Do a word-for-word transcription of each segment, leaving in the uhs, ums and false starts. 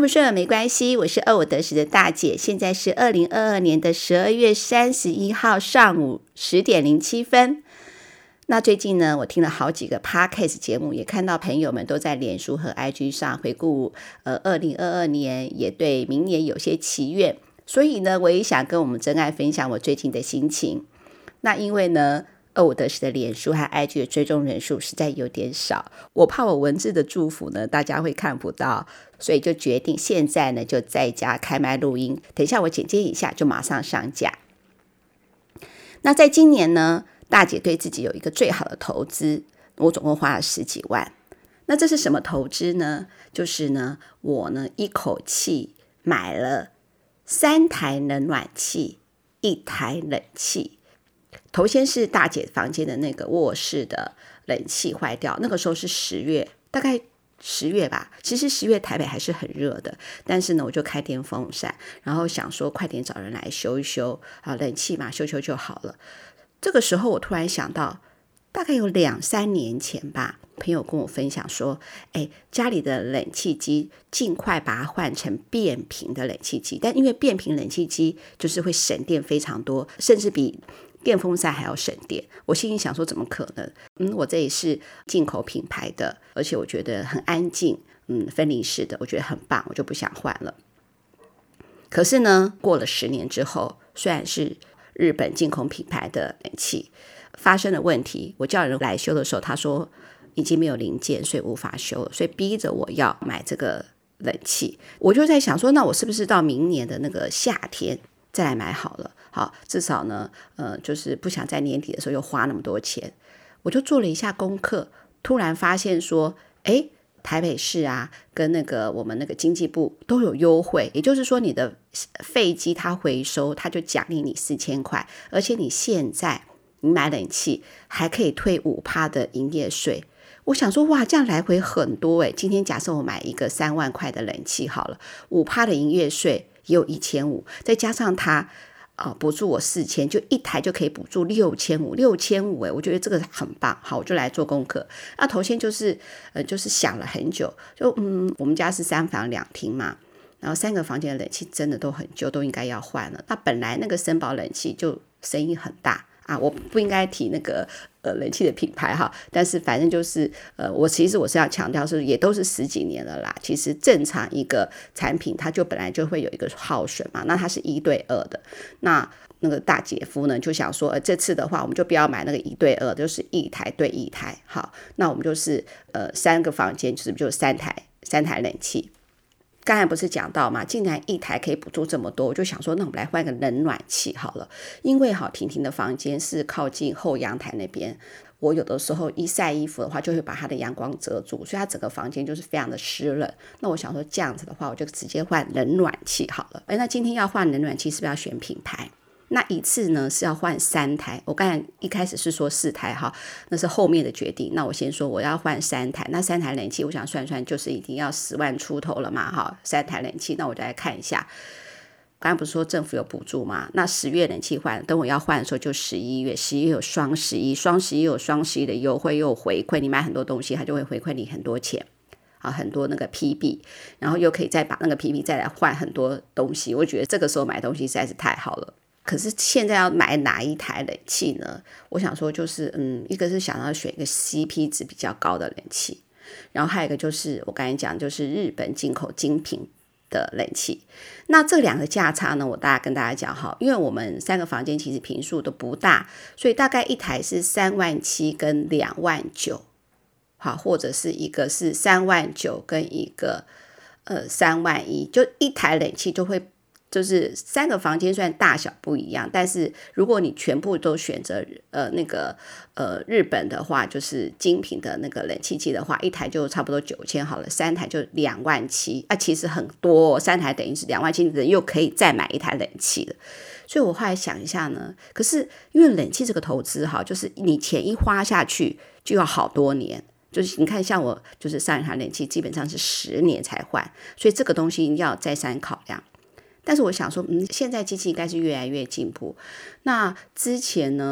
不顺没关系，我是二五得十的大姐。现在是二零二二年的十二月三十一号上午十点零七分。那最近呢，我听了好几个 podcast 节目，也看到朋友们都在脸书和 I G 上回顾呃二零二二年，也对明年有些祈愿。所以呢，我也想跟我们真爱分享我最近的心情。那因为呢，二五得十的脸书和 I G 的追踪人数实在有点少，我怕我文字的祝福呢大家会看不到，所以就决定现在呢就在家开麦录音，等一下我剪接一下就马上上架。那在今年呢，大姐对自己有一个最好的投资，我总共花了十几万。那这是什么投资呢？就是呢，我呢一口气买了三台冷暖气，一台冷气。头先是大姐房间的那个卧室的冷气坏掉，那个时候是十月，大概十月吧。其实十月台北还是很热的，但是呢，我就开电风扇，然后想说快点找人来修一修啊，冷气嘛，修修就好了。这个时候我突然想到，大概有两三年前吧，朋友跟我分享说，哎，家里的冷气机尽快把它换成变频的冷气机，但因为变频冷气机就是会省电非常多，甚至比电风扇还要省电。我心里想说怎么可能，嗯，我这里是进口品牌的，而且我觉得很安静，嗯，分离式的，我觉得很棒，我就不想换了。可是呢，过了十年之后，虽然是日本进口品牌的冷气发生了问题，我叫人来修的时候，他说已经没有零件，所以无法修了，所以逼着我要买这个冷气。我就在想说，那我是不是到明年的那个夏天再来买好了？好，至少呢，呃，就是不想在年底的时候又花那么多钱。我就做了一下功课，突然发现说，哎，台北市啊，跟那个我们那个经济部都有优惠，也就是说，你的废机它回收，它就奖励你四千块，而且你现在你买冷气还可以退五趴的营业税。我想说，哇，这样来回很多诶。今天假设我买一个三万块的冷气好了，五趴的营业税也有一千五，再加上它啊，补助我四千，就一台就可以补助六千五，六千五哎，我觉得这个很棒。好，我就来做功课。那头先就是呃，就是想了很久，就嗯，我们家是三房两厅嘛，然后三个房间的冷气真的都很旧，都应该要换了。那本来那个森宝冷气就声音很大啊，我不应该提那个呃冷气的品牌哈，但是反正就是呃，我其实我是要强调是也都是十几年了啦。其实正常一个产品它就本来就会有一个耗损嘛，那它是一对二的。那那个大姐夫呢就想说，呃，这次的话我们就不要买那个一对二，就是一台对一台。好，那我们就是呃三个房间就是就三台三台冷气。刚才不是讲到嘛，竟然一台可以补助这么多，我就想说，那我们来换个冷暖气好了。因为好婷婷的房间是靠近后阳台那边，我有的时候一晒衣服的话，就会把它的阳光遮住，所以它整个房间就是非常的湿冷。那我想说这样子的话，我就直接换冷暖气好了。哎，那今天要换冷暖气是不是要选品牌？那一次呢是要换三台，我刚才一开始是说四台哈，那是后面的决定。那我先说我要换三台，那三台冷气我想算算就是已经要十万出头了嘛哈，三台冷气，那我就来看一下。刚才不是说政府有补助吗？那十月冷气换，等我要换的时候就十一月，十一月有双十一，双十一有双十一的优惠又有回馈，你买很多东西它就会回馈你很多钱。啊，很多那个 P B， 然后又可以再把那个 P B 再来换很多东西，我觉得这个时候买东西实在是太好了。可是现在要买哪一台冷气呢？我想说就是，嗯，一个是想要选一个 C P 值比较高的冷气，然后还有一个就是我刚才讲，就是日本进口精品的冷气。那这两个价差呢，我大概跟大家讲哈，因为我们三个房间其实坪数都不大，所以大概一台是三万七跟两万九，好，或者是一个是三万九跟一个呃三万一，就一台冷气就会。就是三个房间虽然大小不一样，但是如果你全部都选择呃那个呃日本的话，就是精品的那个冷气机的话，一台就差不多九千好了，三台就两万七啊，其实很多、哦，三台等于是两万七，又可以再买一台冷气了。所以我后来想一下呢，可是因为冷气这个投资哈，就是你钱一花下去就要好多年。就是你看，像我就是上一台冷气基本上是十年才换，所以这个东西要再三考量。但是我想说，嗯，现在机器应该是越来越进步。那之前呢，呃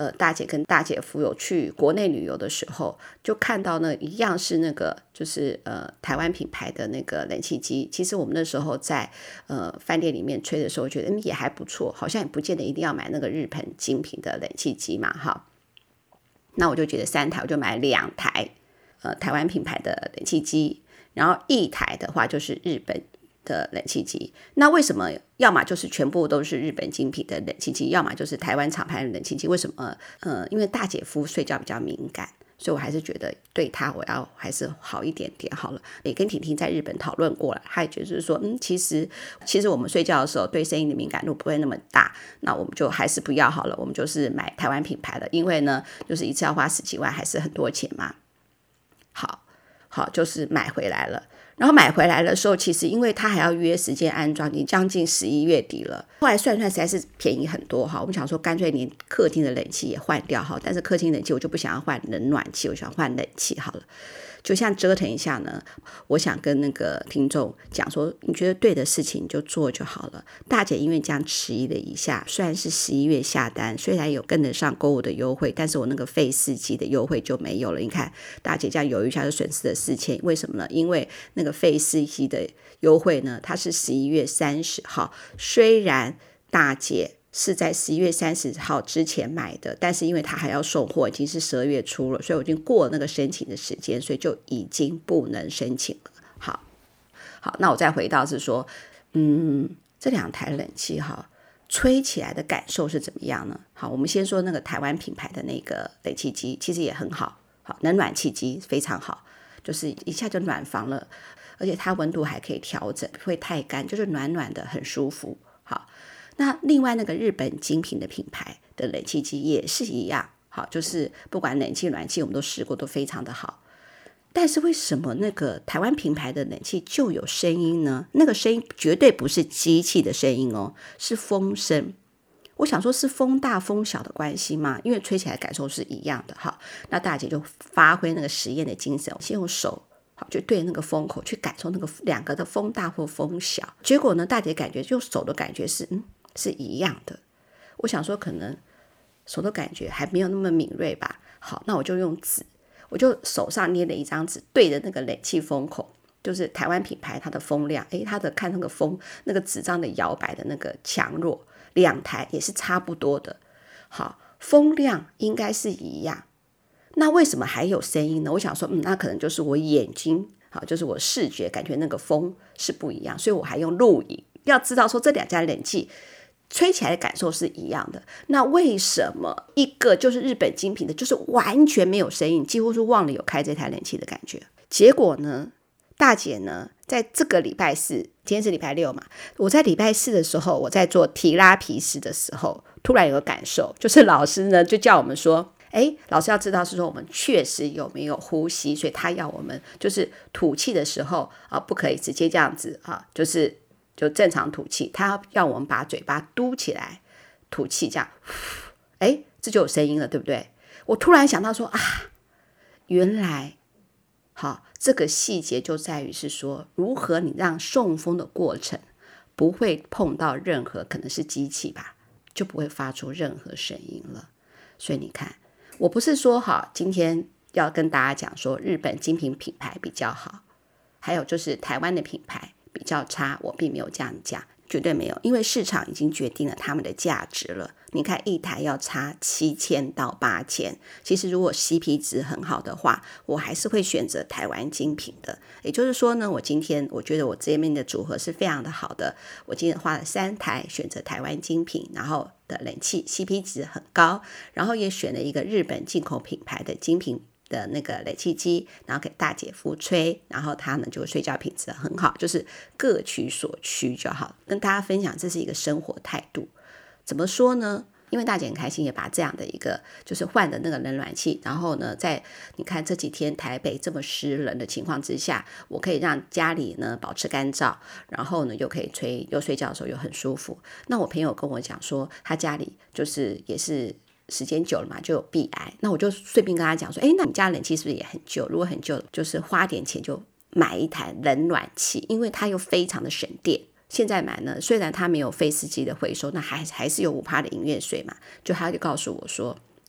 呃大姐跟大姐夫有去国内旅游的时候，就看到呢一样是那个就是呃台湾品牌的那个冷气机。其实我们那时候在呃饭店里面吹的时候，觉得、嗯、也还不错，好像也不见得一定要买那个日本精品的冷气机嘛，哈。那我就觉得三台，我就买两台呃台湾品牌的冷气机，然后一台的话就是日本的冷气机。那为什么要么就是全部都是日本精品的冷气机，要么就是台湾厂牌的冷气机？为什么？呃，因为大姐夫睡觉比较敏感，所以我还是觉得对他我要还是好一点点好了。也跟婷婷在日本讨论过了，他也觉得就是说，嗯，其实其实我们睡觉的时候对声音的敏感度不会那么大，那我们就还是不要好了，我们就是买台湾品牌的，因为呢，就是一次要花十几万，还是很多钱嘛。好，好，就是买回来了。然后买回来的时候，其实因为他还要约时间安装，已经将近十一月底了。后来算算实在是便宜很多哈，我们想说干脆连客厅的冷气也换掉哈，但是客厅冷气我就不想要换冷暖气，我想换冷气好了。就像折腾一下呢，我想跟那个听众讲说，你觉得对的事情就做就好了。大姐因为这样迟疑了一下，虽然是十一月下单，虽然有跟得上购物的优惠，但是我那个费四季的优惠就没有了。你看大姐这样犹豫一下就损失了四千，为什么呢？因为那个费四季的优惠呢，它是十一月三十号，虽然大姐是在十一月三十号之前买的，但是因为它还要送货，已经是十二月初了，所以我已经过了那个申请的时间，所以就已经不能申请了。好，好，那我再回到是说，嗯，这两台冷气哈，吹起来的感受是怎么样呢？好，我们先说那个台湾品牌的那个冷气机，其实也很好，好，冷暖气机非常好，就是一下就暖房了，而且它温度还可以调整，不会太干，就是暖暖的，很舒服。好。那另外那个日本精品的品牌的冷气机也是一样，好，就是不管冷气暖气我们都试过，都非常的好。但是为什么那个台湾品牌的冷气就有声音呢？那个声音绝对不是机器的声音哦，是风声。我想说是风大风小的关系嘛，因为吹起来感受是一样的。好，那大姐就发挥那个实验的精神，先用手好就对那个风口去感受那个两个的风大或风小。结果呢，大姐感觉用手的感觉是嗯。是一样的。我想说可能手的感觉还没有那么敏锐吧。好，那我就用纸，我就手上捏了一张纸，对着那个冷气风口，就是台湾品牌它的风量，诶，它的看那个风那个纸张的摇摆的那个强弱，两台也是差不多的。好，风量应该是一样，那为什么还有声音呢？我想说嗯，那可能就是我眼睛好，就是我视觉感觉那个风是不一样，所以我还用录影，要知道说这两家冷气吹起来的感受是一样的。那为什么一个就是日本精品的，就是完全没有声音，几乎是忘了有开这台冷气的感觉？结果呢，大姐呢，在这个礼拜四，今天是礼拜六嘛，我在礼拜四的时候，我在做提拉皮斯的时候，突然有个感受，就是老师呢就叫我们说，哎，老师要知道是说我们确实有没有呼吸，所以他要我们就是吐气的时候啊，不可以直接这样子啊，就是就正常吐气，他要我们把嘴巴嘟起来吐气，这样，哎，这就有声音了，对不对？我突然想到说啊，原来好，这个细节就在于是说，如何你让送风的过程不会碰到任何可能是机器吧，就不会发出任何声音了。所以你看，我不是说好今天要跟大家讲说日本精品品牌比较好，还有就是台湾的品牌比较差，我并没有这样讲，绝对没有，因为市场已经决定了他们的价值了。你看一台要差七千到八千，其实如果 C P 值很好的话，我还是会选择台湾精品的。也就是说呢，我今天我觉得我这边的组合是非常的好的，我今天花了三台选择台湾精品，然后的冷气 C P 值很高，然后也选了一个日本进口品牌的精品的那个冷气机，然后给大姐夫吹，然后他呢就睡觉品质很好，就是各取所需就好。跟大家分享这是一个生活态度。怎么说呢？因为大姐很开心也把这样的一个就是换的那个冷暖气，然后呢在你看这几天台北这么湿冷的情况之下，我可以让家里呢保持干燥，然后呢又可以吹，又睡觉的时候又很舒服。那我朋友跟我讲说他家里就是也是时间久了嘛，就有壁癌，那我就顺便跟他讲说，诶，那你家冷气是不是也很旧？如果很旧，就是花点钱就买一台冷暖气，因为它又非常的省电。现在买呢，虽然它没有废四季的回收，那还还是有 百分之五 的营业税嘛，就他就告诉我说，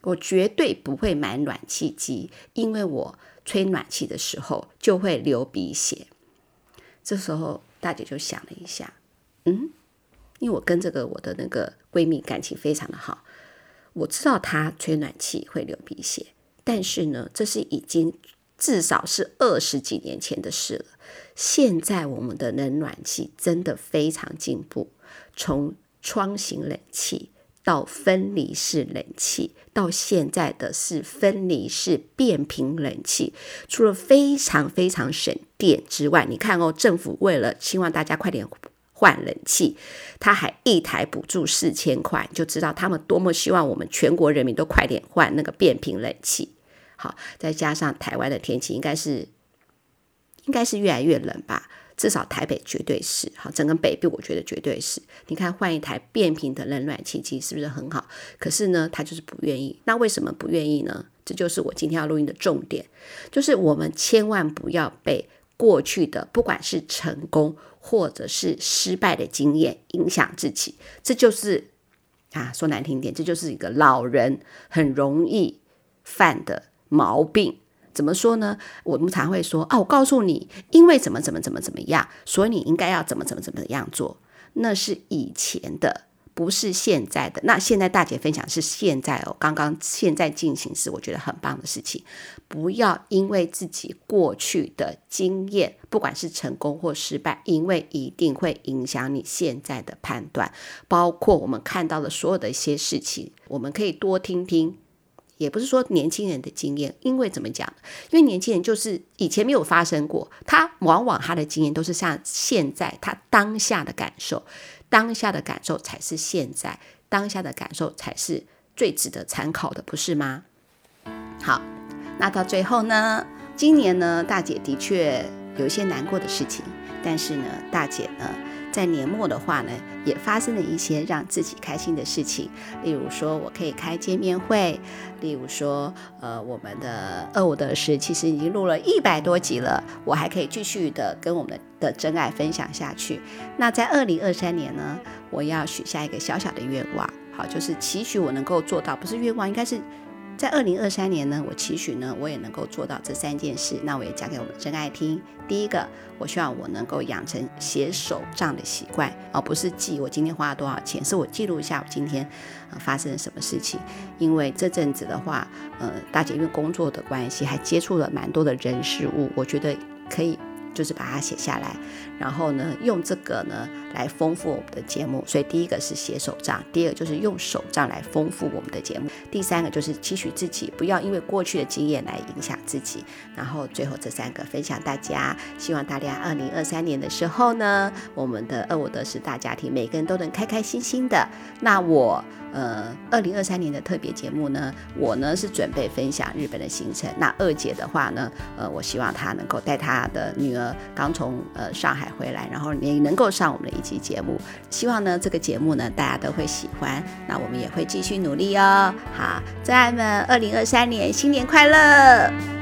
我绝对不会买暖气机，因为我吹暖气的时候就会流鼻血。这时候大姐就想了一下，嗯，因为我跟这个我的那个闺蜜感情非常的好，我知道她吹暖气会流鼻血，但是呢，这是已经至少是二十几年前的事了。现在我们的冷暖气真的非常进步，从窗型冷气到分离式冷气，到现在的是分离式变频冷气，除了非常非常省电之外，你看哦，政府为了希望大家快点换冷气，他还一台补助四千块，就知道他们多么希望我们全国人民都快点换那个变频冷气。好，再加上台湾的天气应该是应该是越来越冷吧，至少台北绝对是，好，整个北部我觉得绝对是。你看换一台变频的冷暖气机是不是很好？可是呢，他就是不愿意。那为什么不愿意呢？这就是我今天要录音的重点，就是我们千万不要被过去的不管是成功或者是失败的经验影响自己。这就是啊，说难听点，这就是一个老人很容易犯的毛病。怎么说呢？我们常会说啊，我告诉你，因为怎么怎么怎么怎么样，所以你应该要怎么怎么怎么样做。那是以前的，不是现在的。那现在大姐分享是现在哦，刚刚现在进行是我觉得很棒的事情。不要因为自己过去的经验，不管是成功或失败，因为一定会影响你现在的判断。包括我们看到的所有的一些事情，我们可以多听听。也不是说年轻人的经验，因为怎么讲？因为年轻人就是以前没有发生过，他往往他的经验都是像现在他当下的感受，当下的感受才是现在，当下的感受才是最值得参考的，不是吗？好，那到最后呢，今年呢，大姐的确有一些难过的事情，但是呢，大姐呢，在年末的话呢，也发生了一些让自己开心的事情，例如说我可以开见面会，例如说呃，我们的二五得十其实已经录了一百多集了，我还可以继续的跟我们 的, 的真爱分享下去。那在二零二三年呢，我要许下一个小小的愿望，好，就是期许我能够做到，不是愿望，应该是在二零二三年呢，我期许呢，我也能够做到这三件事。那我也讲给我们真爱听。第一个，我希望我能够养成写手账的习惯，而不是记我今天花了多少钱，是我记录一下我今天、呃、发生了什么事情。因为这阵子的话，呃，大姐因为工作的关系，还接触了蛮多的人事物，我觉得可以就是把它写下来，然后呢，用这个呢来丰富我们的节目。所以第一个是写手账，第二个就是用手账来丰富我们的节目，第三个就是期许自己不要因为过去的经验来影响自己。然后最后这三个分享大家，希望大家二零二三年的时候呢，我们的二五得十大家庭每个人都能开开心心的。那我呃，二零二三年的特别节目呢，我呢是准备分享日本的行程。那二姐的话呢，呃，我希望她能够带她的女儿刚从呃上海回来，然后也能够上我们的一期节目。希望呢这个节目呢大家都会喜欢，那我们也会继续努力哦。好，真爱们，二零二三年新年快乐！